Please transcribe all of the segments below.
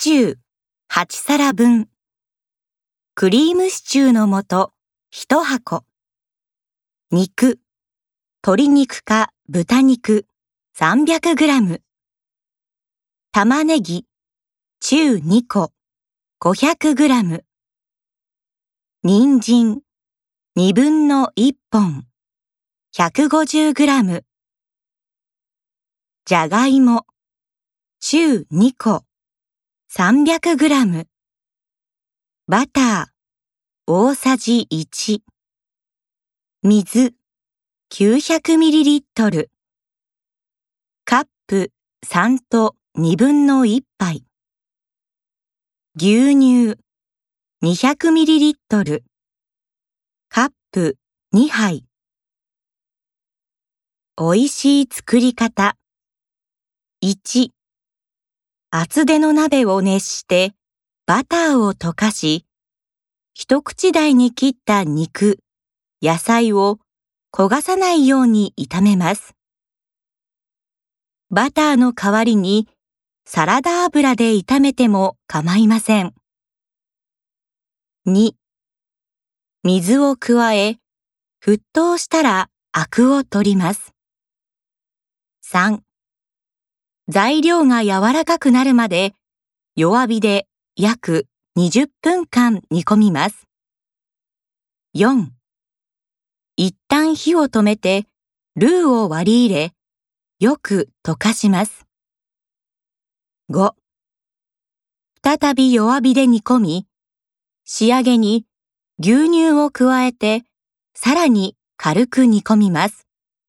チュー8皿分、クリームシチューの素1箱、肉、鶏肉か豚肉 300g、玉ねぎ、中2個 500g、人参1/2本 150g、じゃがいも、中2個 300g、バター大さじ1、水 900ml、カップ3と1/2杯、牛乳 200ml、カップ2杯。おいしい作り方。1、厚手の鍋を熱してバターを溶かし、一口大に切った肉、野菜を焦がさないように炒めます。バターの代わりにサラダ油で炒めても構いません。2、水を加え、沸騰したらアクを取ります。3、材料が柔らかくなるまで弱火で約20分間煮込みます。4、一旦火を止めてルーを割り入れ、よく溶かします。5、再び弱火で煮込み、仕上げに牛乳を加えてさらに軽く煮込みます。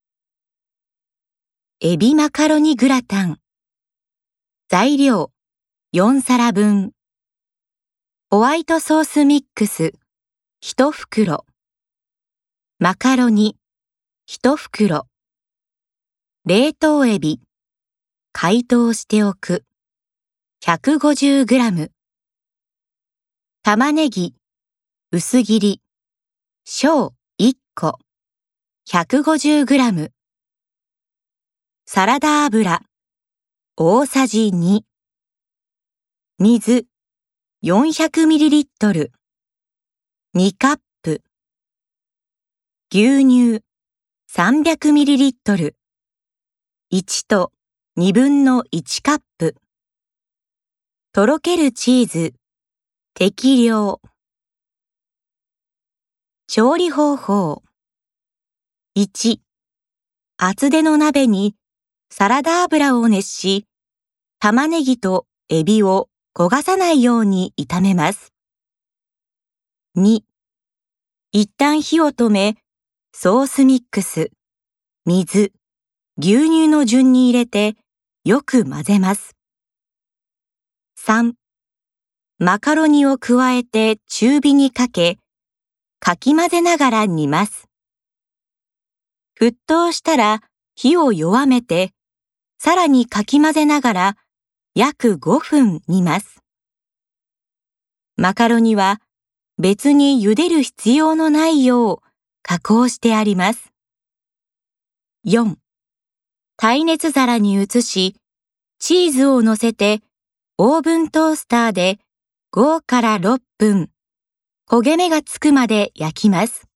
エビマカロニグラタン。材料4皿分。ホワイトソースミックス1袋。マカロニ1袋。冷凍エビ解凍しておく 150g。玉ねぎ薄切り小1個 150g。サラダ油大さじ2。水 400ml。2カップ。牛乳 300ml。1と1/2カップ。とろけるチーズ適量。調理方法。1、厚手の鍋にサラダ油を熱し、玉ねぎとエビを焦がさないように炒めます。2、一旦火を止め、ソースミックス、水、牛乳の順に入れてよく混ぜます。3、マカロニを加えて中火にかけ、かき混ぜながら煮ます。沸騰したら火を弱めて、さらにかき混ぜながら約5分煮ます。マカロニは別に茹でる必要のないよう加工してあります。4、耐熱皿に移し、チーズを乗せてオーブントースターで5から6分、焦げ目がつくまで焼きます。